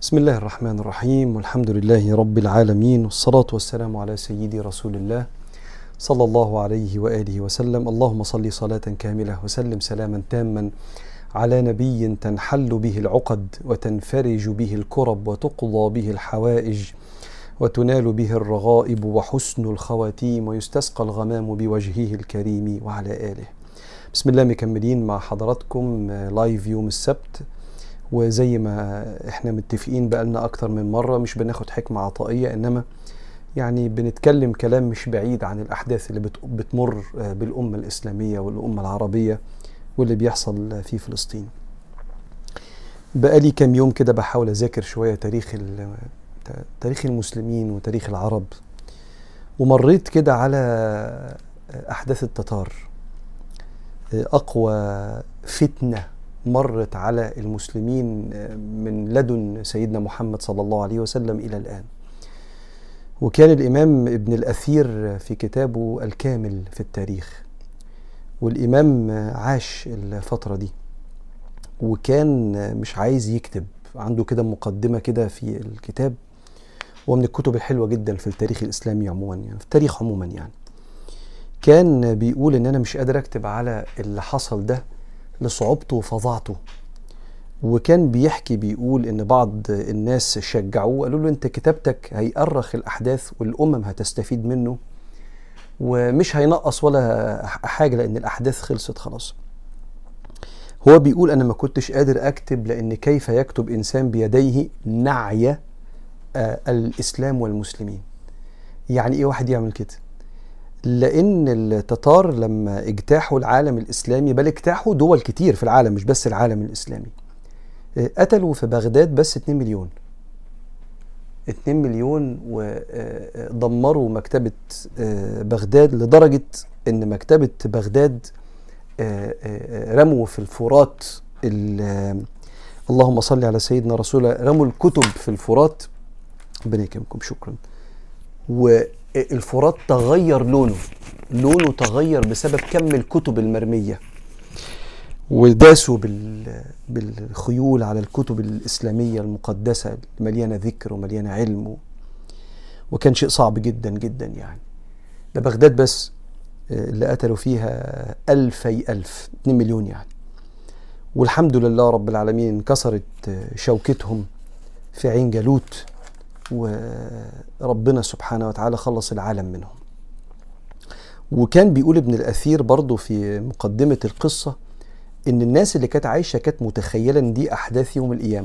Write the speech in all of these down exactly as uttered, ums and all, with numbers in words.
بسم الله الرحمن الرحيم، والحمد لله رب العالمين، والصلاة والسلام على سيدي رسول الله صلى الله عليه وآله وسلم. اللهم صل صلاة كاملة وسلم سلاما تاما على نبي تنحل به العقد وتنفرج به الكرب وتقضى به الحوائج وتنال به الرغائب وحسن الخواتيم ويستسقى الغمام بوجهه الكريم وعلى آله. بسم الله، مكملين مع حضراتكم لايف يوم السبت، وزي ما احنا متفقين بقالنا اكتر من مرة مش بناخد حكمة عطائية، انما يعني بنتكلم كلام مش بعيد عن الاحداث اللي بتمر بالامة الاسلامية والامة العربية واللي بيحصل في فلسطين. بقالي كام يوم كده بحاول اذاكر شوية تاريخ تاريخ المسلمين وتاريخ العرب، ومريت كده على احداث التتار. اقوى فتنة مرت على المسلمين من لدن سيدنا محمد صلى الله عليه وسلم إلى الآن. وكان الإمام ابن الأثير في كتابه الكامل في التاريخ، والإمام عاش الفترة دي وكان مش عايز يكتب، عنده كده مقدمة كده في الكتاب، ومن الكتب الحلوة جدا في التاريخ الإسلامي عموما، يعني في التاريخ عموما. يعني كان بيقول إن أنا مش قادر أكتب على اللي حصل ده لصعوبته وفظاعته. وكان بيحكي بيقول ان بعض الناس شجعوه، قالوا له انت كتابتك هيأرخ الاحداث والامم هتستفيد منه، ومش هينقص ولا حاجة لان الاحداث خلصت خلاص. هو بيقول انا ما كنتش قادر اكتب، لان كيف يكتب انسان بيديه نعي الاسلام والمسلمين؟ يعني ايه واحد يعمل كده؟ لأن التتار لما اجتاحوا العالم الإسلامي، بل اجتاحوا دول كتير في العالم مش بس العالم الإسلامي، قتلوا في بغداد بس اتنين مليون اتنين مليون، ودمروا مكتبة بغداد لدرجة ان مكتبة بغداد رموا في الفرات، اللهم صل على سيدنا رسول الله، رموا الكتب في الفرات. ربنا يكرمكم، شكرا. و الفرات تغير لونه لونه تغير بسبب كم الكتب المرمية، وداسوا بالخيول على الكتب الإسلامية المقدسة مليانة ذكر ومليانة علم، وكان شيء صعب جدا جدا. يعني ده بغداد بس اللي قتلوا فيها ألفي ألف، اتنين مليون يعني. والحمد لله رب العالمين انكسرت شوكتهم في عين جالوت، وربنا سبحانه وتعالى خلص العالم منهم. وكان بيقول ابن الأثير برضو في مقدمة القصة ان الناس اللي كانت عايشة كانت متخيلة ان دي احداث يوم القيامة،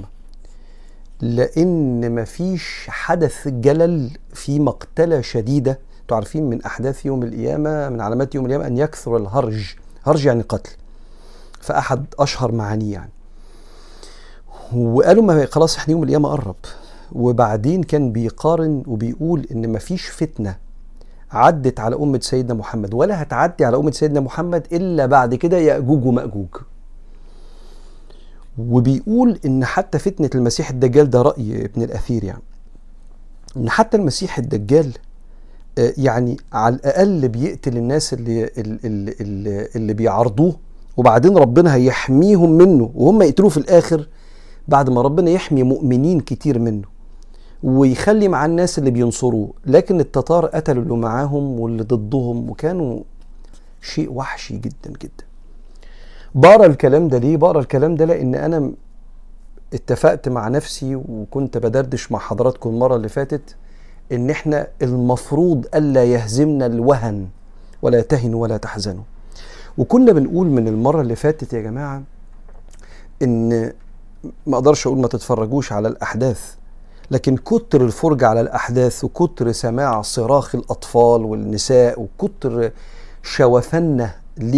لان مفيش حدث جلل في مقتلة شديدة. انتوا عارفين من احداث يوم القيامة، من علامات يوم القيامة ان يكثر الهرج. هرج يعني قتل، فاحد اشهر معانيه يعني. وقالوا ما خلاص احنا يوم القيامة قرب. وبعدين كان بيقارن وبيقول ان مفيش فتنة عدت على أمة سيدنا محمد ولا هتعدي على أمة سيدنا محمد إلا بعد كده يأجوج ومأجوج. وبيقول ان حتى فتنة المسيح الدجال، ده رأي ابن الأثير، يعني ان حتى المسيح الدجال يعني على الأقل بيقتل الناس اللي, اللي, اللي, اللي بيعارضوه، وبعدين ربنا هيحميهم منه وهم يقتلوه في الآخر، بعد ما ربنا يحمي مؤمنين كتير منه ويخلي مع الناس اللي بينصروه. لكن التتار قتلوا اللي معاهم واللي ضدهم، وكانوا شيء وحشي جدا جدا. بقرا الكلام ده ليه؟ بقرا الكلام ده لان انا اتفقت مع نفسي وكنت بدردش مع حضراتكم المرة اللي فاتت ان احنا المفروض الا يهزمنا الوهن ولا تهنوا ولا تحزنوا. وكنا بنقول من المرة اللي فاتت يا جماعة ان ما اقدرش اقول ما تتفرجوش على الاحداث، لكن كتر الفرجة على الأحداث وكتر سماع صراخ الأطفال والنساء وكتر شوفنا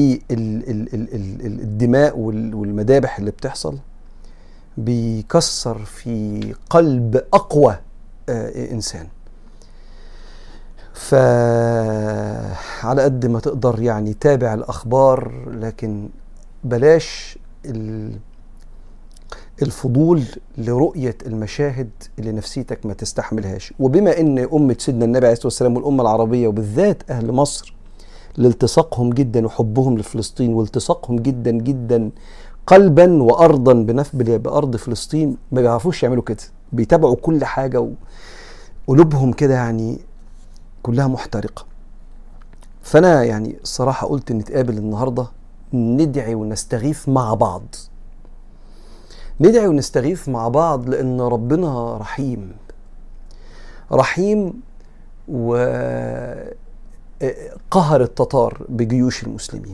للدماء والمذابح اللي بتحصل بيكسر في قلب أقوى إنسان. فعلى قد ما تقدر يعني تابع الأخبار، لكن بلاش الفضول لرؤية المشاهد اللي نفسيتك ما تستحملهاش. وبما ان أمة سيدنا النبي عليه الصلاة والسلام والأمة العربية وبالذات أهل مصر لالتصاقهم جدا وحبهم لفلسطين والتصاقهم جدا جدا قلبا وأرضا بأرض فلسطين، ما بيعرفوش يعملوا كده. بيتابعوا كل حاجة وقلوبهم كده يعني كلها محترقة. فأنا يعني الصراحة قلت نتقابل النهاردة ندعي ونستغيث مع بعض، ندعي ونستغيث مع بعض، لأن ربنا رحيم رحيم وقهر التتار بجيوش المسلمين.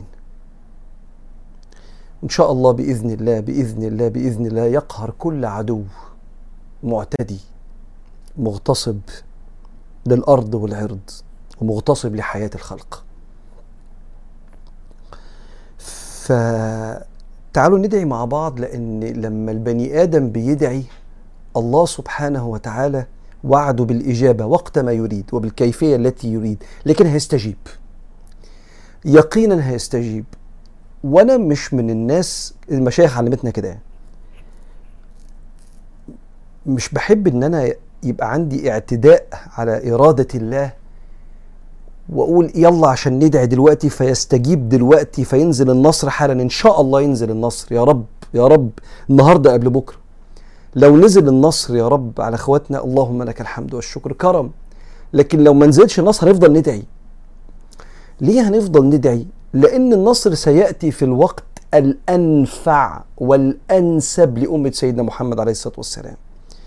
إن شاء الله بإذن الله بإذن الله بإذن الله يقهر كل عدو معتدي مغتصب للأرض والعرض ومغتصب لحياة الخلق. فتعالوا ندعي مع بعض، لأن لما البني آدم بيدعي الله سبحانه وتعالى وعده بالإجابة وقت ما يريد وبالكيفية التي يريد، لكن هيستجيب يقينا هيستجيب. وأنا مش من الناس، المشايخ علمتنا كده، مش بحب ان انا يبقى عندي اعتداء على إرادة الله واقول يلا عشان ندعي دلوقتي فيستجيب دلوقتي فينزل النصر حالا. ان شاء الله ينزل النصر يا رب يا رب النهاردة قبل بكرة. لو نزل النصر يا رب على اخواتنا اللهم لك الحمد والشكر كرم. لكن لو ما نزلش النصر هنفضل ندعي. ليه هنفضل ندعي؟ لأن النصر سيأتي في الوقت الأنفع والأنسب لأمة سيدنا محمد عليه الصلاة والسلام.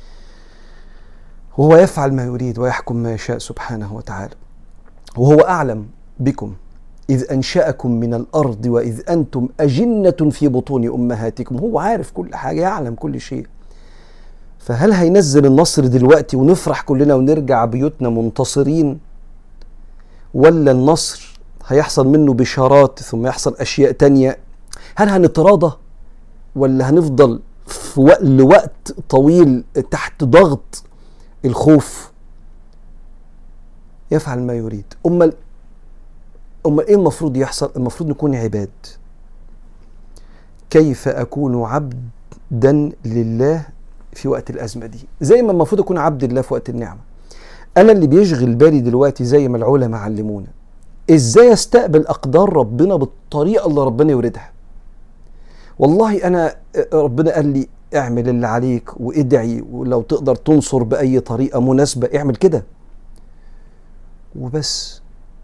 وهو يفعل ما يريد ويحكم ما يشاء سبحانه وتعالى. وهو أعلم بكم إذ أنشأكم من الأرض وإذ أنتم أجنة في بطون أمهاتكم. هو عارف كل حاجة، يعلم كل شيء. فهل هينزل النصر دلوقتي ونفرح كلنا ونرجع بيوتنا منتصرين، ولا النصر هيحصل منه بشارات ثم يحصل أشياء تانية؟ هل هنتراضى ولا هنفضل في وقت لوقت طويل تحت ضغط الخوف؟ يفعل ما يريد. أمال أمال إيه المفروض يحصل؟ المفروض نكون عباد. كيف أكون عبدا لله في وقت الأزمة دي؟ زي ما المفروض أكون عبد الله في وقت النعمة. أنا اللي بيشغل بالي دلوقتي زي ما العلماء علمونا إزاي أستقبل أقدار ربنا بالطريقة اللي ربنا يريدها. والله أنا ربنا قال لي اعمل اللي عليك وادعي، ولو تقدر تنصر بأي طريقة مناسبة اعمل كده وبس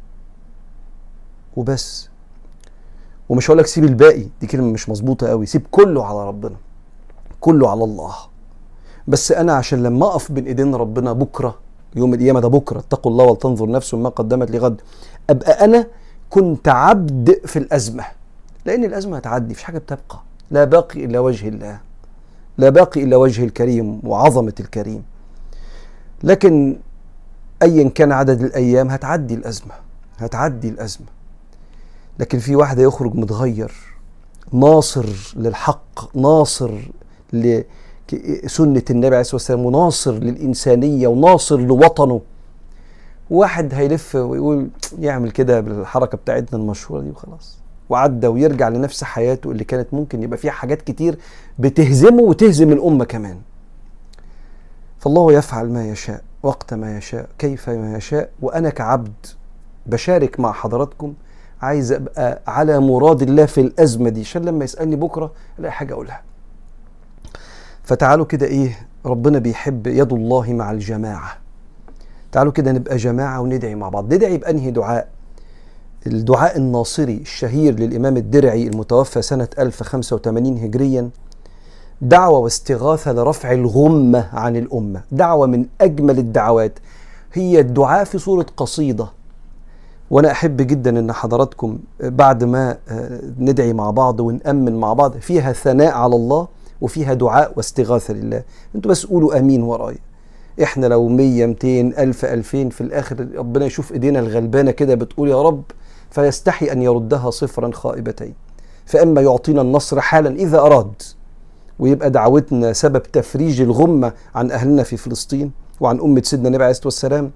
وبس. ومش هقول لك سيب الباقي، دي كلمة مش مظبوطة قوي. سيب كله على ربنا، كله على الله. بس أنا عشان لما أقف بين إيدين ربنا بكرة يوم القيامة، ده بكرة، اتقوا الله ولتنظر نفس ما قدمت لغد، أبقى أنا كنت عبد في الأزمة. لأن الأزمة هتعدي، مفيش حاجة بتبقى، لا باقي إلا وجه الله، لا باقي إلا وجه الكريم وعظمة الكريم. لكن أيا كان عدد الأيام هتعدي الأزمة، هتعدي الأزمة. لكن في واحد يخرج متغير، ناصر للحق، ناصر لسنة النبي عليه الصلاة والسلام، وناصر للإنسانية، وناصر لوطنه. واحد هيلف ويقول يعمل كده بالحركة بتاعتنا المشهورة دي وخلاص، وعدى ويرجع لنفس حياته اللي كانت ممكن يبقى فيها حاجات كتير بتهزمه وتهزم الأمة كمان. فالله يفعل ما يشاء وقت ما يشاء كيف ما يشاء. وأنا كعبد بشارك مع حضراتكم، عايز أبقى على مراد الله في الأزمة دي، عشان لما يسألني بكرة ألاقي حاجة أقولها. فتعالوا كده، إيه ربنا بيحب يد الله مع الجماعة. تعالوا كده نبقى جماعة وندعي مع بعض. ندعي بأنهي دعاء؟ الدعاء الناصري الشهير للإمام الدرعي المتوفى سنة ألف وخمسة وثمانين هجريا، دعوة واستغاثة لرفع الغمة عن الأمة. دعوة من أجمل الدعوات، هي الدعاء في صورة قصيدة. وأنا أحب جدا أن حضراتكم بعد ما ندعي مع بعض ونأمن مع بعض، فيها ثناء على الله وفيها دعاء واستغاثة لله. أنتوا بس قولوا أمين ورايا. إحنا لو مية ميتين ألف ألفين في الآخر ربنا يشوف إيدينا الغلبانة كده بتقول يا رب، فيستحي أن يردها صفرا خائبتين. فأما يعطينا النصر حالا إذا أراد، ويبقى دعوتنا سبب تفريج الغمة عن أهلنا في فلسطين وعن أمة سيدنا النبي عليه الصلاة والسلام،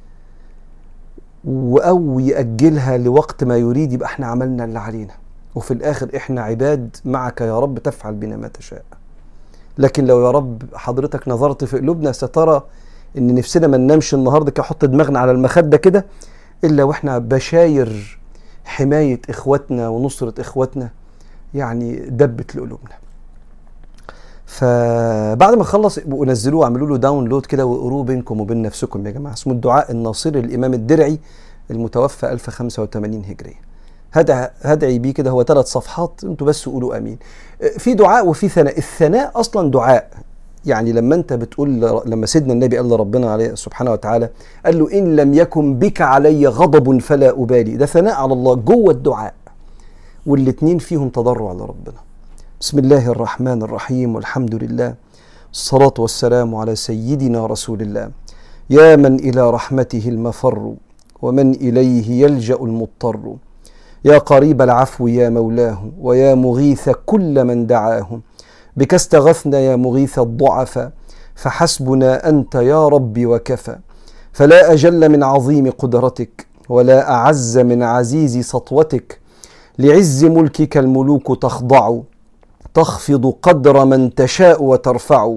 أو يأجلها لوقت ما يريد، يبقى احنا عملنا اللي علينا. وفي الآخر احنا عباد معك يا رب، تفعل بنا ما تشاء. لكن لو يا رب حضرتك نظرت في قلوبنا سترى ان نفسنا ما ننامش النهارده كحط دماغنا على المخدة كده إلا وإحنا بشاير حماية إخواتنا ونصرة إخواتنا يعني دبت لقلوبنا. فبعد ما خلص ونزلوه واعملوا له داونلود كده وقروه بينكم وبين نفسكم يا جماعه. اسمه الدعاء الناصري للامام الدرعي المتوفى ألف وخمسة وثمانين هجريه. هدعي هدعي بيه كده، هو ثلاث صفحات، انتوا بس قولوا امين. في دعاء وفي ثناء. الثناء اصلا دعاء، يعني لما انت بتقول، لما سيدنا النبي قال لربنا عليه سبحانه وتعالى، قال له ان لم يكن بك علي غضب فلا ابالي، ده ثناء على الله جوه الدعاء، والاتنين فيهم تضرع لربنا. بسم الله الرحمن الرحيم، والحمد لله، الصلاة والسلام على سيدنا رسول الله، يا من إلى رحمته المفر ومن إليه يلجأ المضطر، يا قريب العفو يا مولاه ويا مغيث كل من دعاه، بك استغثنا يا مغيث الضعفاء فحسبنا أنت يا ربي وكفى، فلا أجل من عظيم قدرتك ولا أعز من عزيز سطوتك، لعز ملكك الملوك تخضع، تخفض قدر من تشاء وترفع،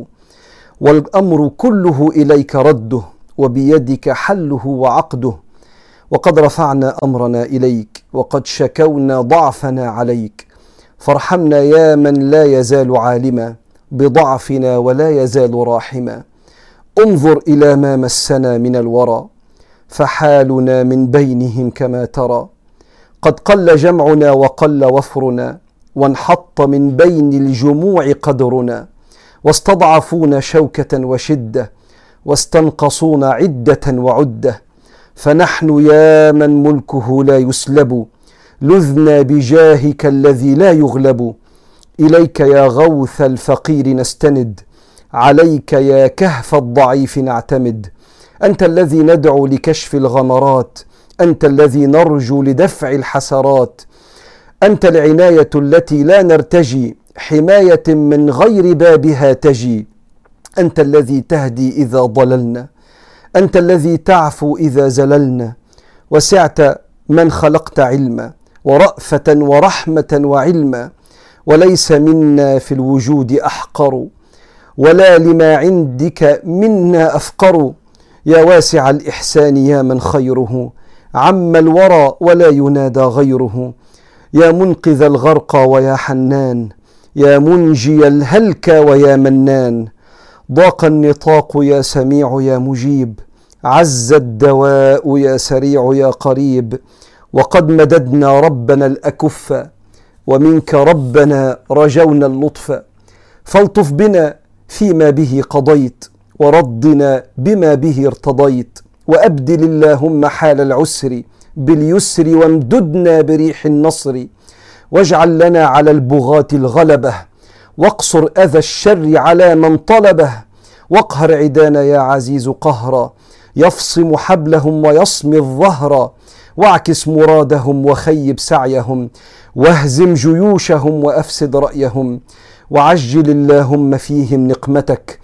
والأمر كله إليك رده وبيدك حله وعقده، وقد رفعنا أمرنا إليك وقد شكونا ضعفنا عليك، فارحمنا يا من لا يزال عالما بضعفنا ولا يزال راحما، انظر إلى ما مسنا من الورى فحالنا من بينهم كما ترى، قد قل جمعنا وقل وفرنا وانحط من بين الجموع قدرنا، واستضعفونا شوكة وشدة واستنقصونا عدة وعدة، فنحن يا من ملكه لا يسلب لذنا بجاهك الذي لا يغلب، إليك يا غوث الفقير نستند عليك يا كهف الضعيف نعتمد، أنت الذي ندعو لكشف الغمرات، أنت الذي نرجو لدفع الحسرات، أنت العناية التي لا نرتجي حماية من غير بابها تجي، أنت الذي تهدي إذا ضللنا، أنت الذي تعفو إذا زللنا، وسعت من خلقت علما ورأفة ورحمة وعلما، وليس منا في الوجود أحقر ولا لما عندك منا أفقر، يا واسع الإحسان يا من خيره عم الورى ولا ينادى غيره، يا منقذ الغرق ويا حنان يا منجي الهلك ويا منان، ضاق النطاق يا سميع يا مجيب، عز الدواء يا سريع يا قريب، وقد مددنا ربنا الأكف ومنك ربنا رجونا اللطف، فالطف بنا فيما به قضيت وردنا بما به ارتضيت، وأبدل اللهم حال العسر باليسر وامددنا بريح النصر، واجعل لنا على البغاة الغلبة واقصر أذى الشر على من طلبه، واقهر عدانا يا عزيز قهرا يفصم حبلهم ويصمي الظهر، واعكس مرادهم وخيب سعيهم واهزم جيوشهم وأفسد رأيهم، وعجل اللهم فيهم نقمتك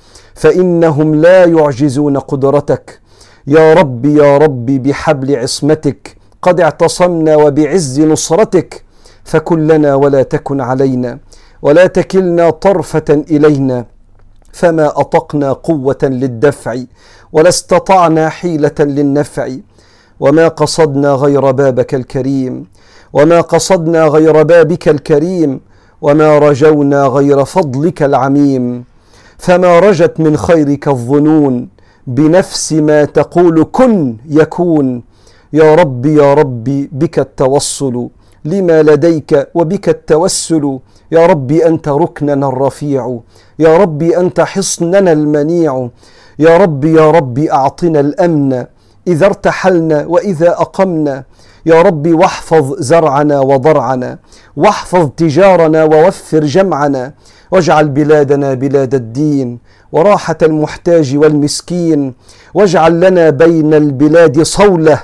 فإنهم لا يعجزون قدرتك، يا رب يا رب بحبل عصمتك قد اعتصمنا وبعز نصرتك، فكن لنا ولا تكن علينا ولا تكلنا طرفة إلينا، فما أطقنا قوة للدفع ولا استطعنا حيلة للنفع، وما قصدنا غير بابك الكريم وما قصدنا غير بابك الكريم، وما رجونا غير فضلك العميم، فما رجت من خيرك الظنون بنفس ما تقول كن يكون، يا رب يا رب بك التوصل لما لديك وبك التوسل، يا رب أنت ركننا الرفيع، يا رب أنت حصننا المنيع، يا رب يا رب أعطنا الأمن إذا ارتحلنا وإذا أقمنا، يا رب واحفظ زرعنا وضرعنا واحفظ تجارنا ووفر جمعنا، واجعل بلادنا بلاد الدين وراحة المحتاج والمسكين، واجعل لنا بين البلاد صولة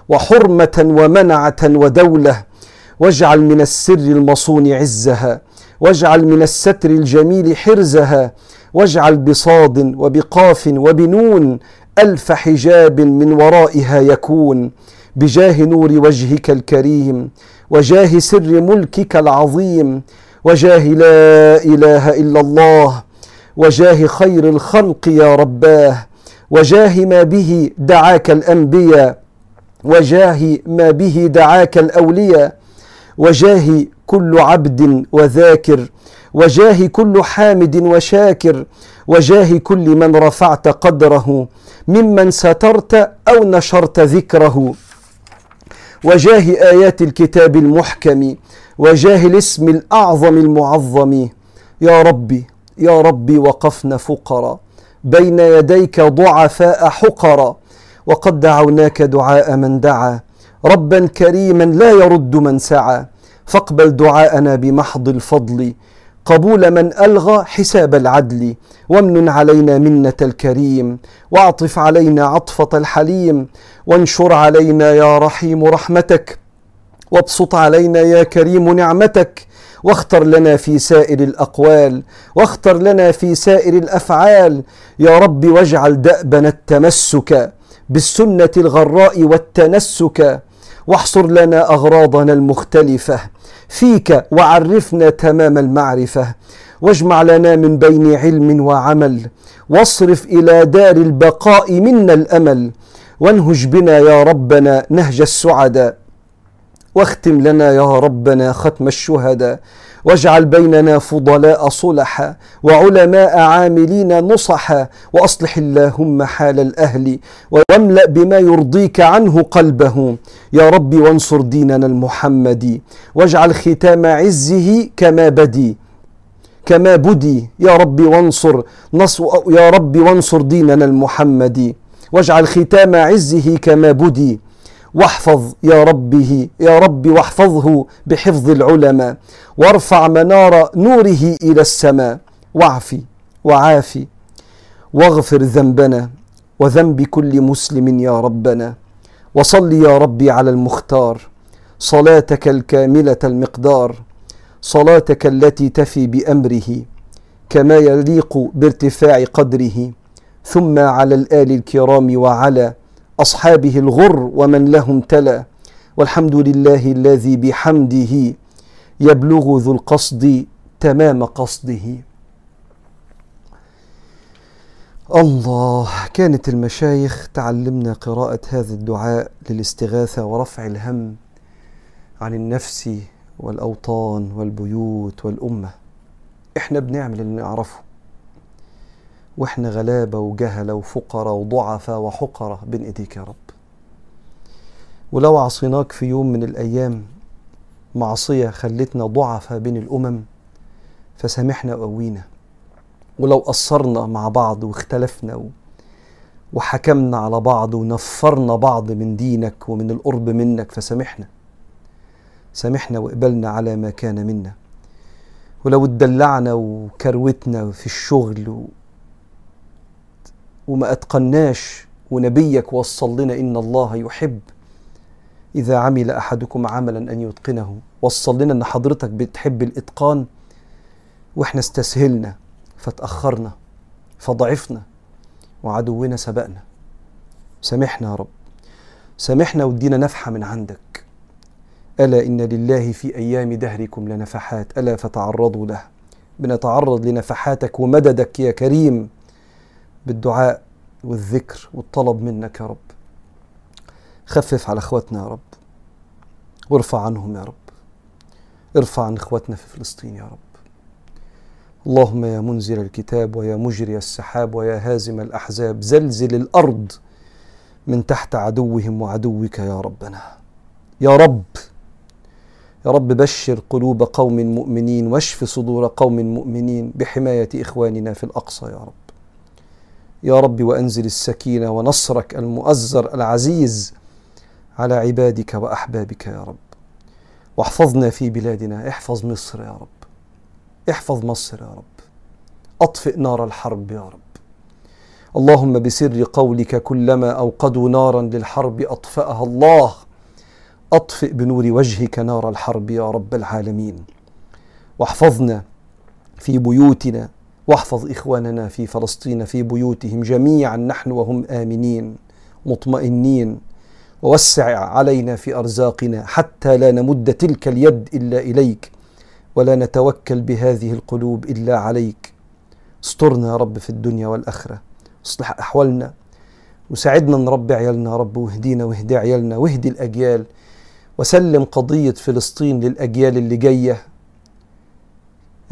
وحرمة ومنعة ودولة، واجعل من السر المصون عزها واجعل من الستر الجميل حرزها، واجعل بصاد وبقاف وبنون ألف حجاب من ورائها يكون، بجاه نور وجهك الكريم وجاه سر ملكك العظيم وجاه لا إله إلا الله وجاه خير الخلق يا رباه وجاه ما به دعاك الأنبياء وجاه ما به دعاك الأولياء وجاه كل عبد وذاكر وجاه كل حامد وشاكر، وجاه كل من رفعت قدره ممن سترت أو نشرت ذكره، وجاه آيات الكتاب المحكم، وجاه الاسم الأعظم المعظم. يا ربي يا ربي وقفنا فقرا بين يديك ضعفاء حقرا، وقد دعوناك دعاء من دعا ربا كريما لا يرد من سعى، فاقبل دعاءنا بمحض الفضل قبول من ألغى حساب العدل، وامنن علينا منة الكريم، واعطف علينا عطفة الحليم، وانشر علينا يا رحيم رحمتك، وابسط علينا يا كريم نعمتك، واختر لنا في سائر الأقوال، واختر لنا في سائر الأفعال يا رب، واجعل دأبنا التمسك بالسنة الغراء والتنسك، واحصر لنا أغراضنا المختلفة فيك، وعرفنا تمام المعرفة، واجمع لنا من بين علم وعمل، واصرف إلى دار البقاء منا الأمل، وانهج بنا يا ربنا نهج السعداء، واختم لنا يا ربنا ختم الشهداء، واجعل بيننا فضلاء صلحا وعلماء عاملين نصحا، وأصلح اللهم حال الأهل، واملأ بما يرضيك عنه قلبه يا رب، وانصر ديننا المحمدي، واجعل ختام عزه كما بدي كما بدي يا رب، وانصر نصر يا رب وانصر ديننا المحمدي، واجعل ختام عزه كما بدي، واحفظ يا ربه يا رب واحفظه بحفظ العلماء، وارفع منار نوره إلى السماء، واعفي وعافي واغفر ذنبنا وذنب كل مسلم يا ربنا، وصل يا ربي على المختار صلاتك الكاملة المقدار، صلاتك التي تفي بأمره كما يليق بارتفاع قدره، ثم على الآل الكرام وعلى أصحابه الغر ومن لهم تلا، والحمد لله الذي بحمده يبلغ ذو القصد تمام قصده. الله، كانت المشايخ تعلمنا قراءة هذا الدعاء للاستغاثة ورفع الهم عن النفس والأوطان والبيوت والأمة. إحنا بنعمل اللي نعرفه، وإحنا غلابة وجهلة وفقراء وضعفاء وحقرة بين إيديك يا رب. ولو عصيناك في يوم من الأيام معصية خلتنا ضعفاء بين الأمم فسامحنا وقوينا، ولو قصرنا مع بعض واختلفنا وحكمنا على بعض ونفرنا بعض من دينك ومن القرب منك فسامحنا سامحنا وقبلنا على ما كان منا. ولو اتدلعنا وكروتنا في الشغل و... وما أتقناش، ونبيك وصل لنا إن الله يحب إذا عمل أحدكم عملا أن يتقنه، وصل لنا إن حضرتك بتحب الإتقان، وإحنا استسهلنا فتأخرنا فضعفنا وعدونا سبقنا. سامحنا يا رب، سامحنا وادينا نفحة من عندك. ألا إن لله في أيام دهركم لنفحات، ألا فتعرضوا له. بنتعرض لنفحاتك ومددك يا كريم بالدعاء والذكر والطلب منك يا رب. خفف على اخواتنا يا رب، وارفع عنهم يا رب، ارفع عن اخواتنا في فلسطين يا رب. اللهم يا منزل الكتاب ويا مجري السحاب ويا هازم الأحزاب، زلزل الأرض من تحت عدوهم وعدوك يا ربنا. يا رب يا رب بشر قلوب قوم مؤمنين، واشف صدور قوم مؤمنين بحماية إخواننا في الأقصى يا رب. يا رب وأنزل السكينة ونصرك المؤزر العزيز على عبادك وأحبابك يا رب. واحفظنا في بلادنا، احفظ مصر يا رب، احفظ مصر يا رب، أطفئ نار الحرب يا رب. اللهم بسر قولك كلما أوقدوا نارا للحرب أطفأها الله، أطفئ بنور وجهك نار الحرب يا رب العالمين. واحفظنا في بيوتنا، واحفظ إخواننا في فلسطين في بيوتهم جميعا نحن وهم آمنين مطمئنين، ووسع علينا في أرزاقنا حتى لا نمد تلك اليد إلا إليك، ولا نتوكل بهذه القلوب إلا عليك. استرنا يا رب في الدنيا والآخرة، اصلح أحوالنا وساعدنا نربي عيالنا يا رب، واهدينا واهدي عيالنا واهدي الأجيال، وسلم قضية فلسطين للأجيال اللي جاية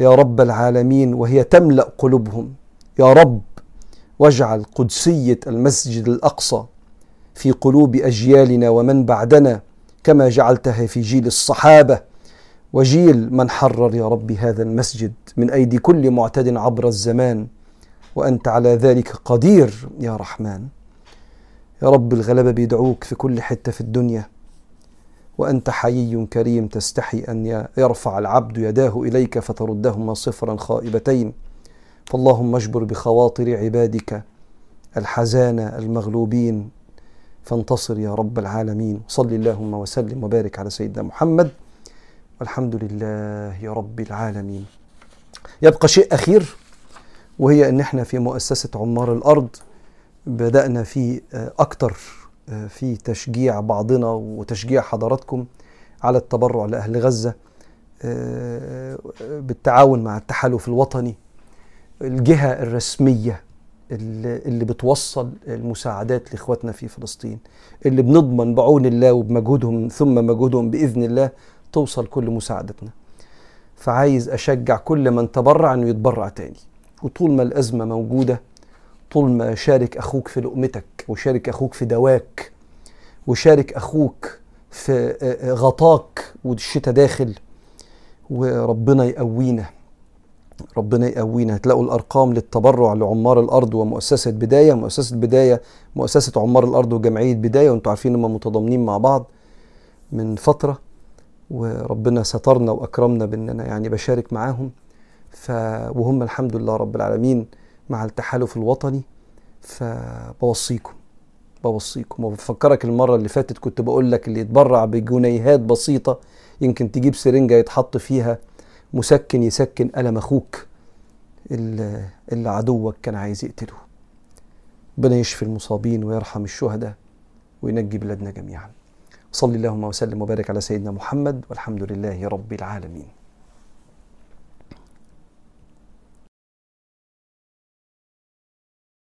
يا رب العالمين وهي تملأ قلوبهم. يا رب واجعل قدسية المسجد الأقصى في قلوب أجيالنا ومن بعدنا كما جعلتها في جيل الصحابة وجيل من حرر يا رب هذا المسجد من أيدي كل معتد عبر الزمان، وأنت على ذلك قدير يا رحمن. يا رب الغلبة بيدعوك في كل حتة في الدنيا، وأنت حيي كريم تستحي أن يرفع العبد يداه إليك فتردهما صفرا خائبتين. فاللهم اجبر بخواطر عبادك الحزان المغلوبين فانتصر يا رب العالمين. صل اللهم وسلم وبارك على سيدنا محمد والحمد لله رب العالمين. يبقى شيء أخير، وهي أن احنا في مؤسسة عمار الأرض بدأنا في أكتر في تشجيع بعضنا وتشجيع حضراتكم على التبرع لأهل غزة بالتعاون مع التحالف الوطني، الجهة الرسمية اللي بتوصل المساعدات لإخواتنا في فلسطين، اللي بنضمن بعون الله وبمجهودهم ثم مجهودهم بإذن الله توصل كل مساعدتنا. فعايز أشجع كل من تبرع أنه يتبرع تاني، وطول ما الأزمة موجودة، طول ما شارك أخوك في لقمتك، وشارك أخوك في دواك، وشارك أخوك في غطاك والشتاء داخل، وربنا يقوينا ربنا يقوينا. هتلاقوا الأرقام للتبرع لعمار الأرض ومؤسسة بداية. مؤسسة بداية مؤسسة عمار الأرض وجمعية بداية، وانتم عارفين هم متضامنين مع بعض من فترة، وربنا سترنا وأكرمنا بأننا يعني بشارك معاهم. ف... وهم الحمد لله رب العالمين مع التحالف الوطني. فبوصيكم بوصيكم وبفكرك المرة اللي فاتت كنت بقول لك اللي يتبرع بجنيهات بسيطة يمكن تجيب سرنجة يتحط فيها مسكن يسكن ألم أخوك اللي, اللي عدوك كان عايز يقتله. ربنا يشفي المصابين ويرحم الشهداء وينجي بلادنا جميعا. صلي اللهم وسلم وبارك على سيدنا محمد والحمد لله رب العالمين.